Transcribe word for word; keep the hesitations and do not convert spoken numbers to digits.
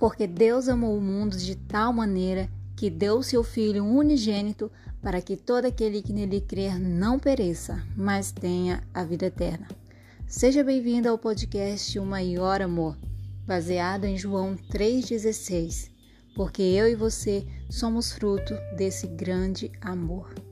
Porque Deus amou o mundo de tal maneira que deu o seu Filho unigênito para que todo aquele que nele crer não pereça, mas tenha a vida eterna. Seja bem-vindo ao podcast O Maior Amor, baseado em João três dezesseis, porque eu e você somos fruto desse grande amor.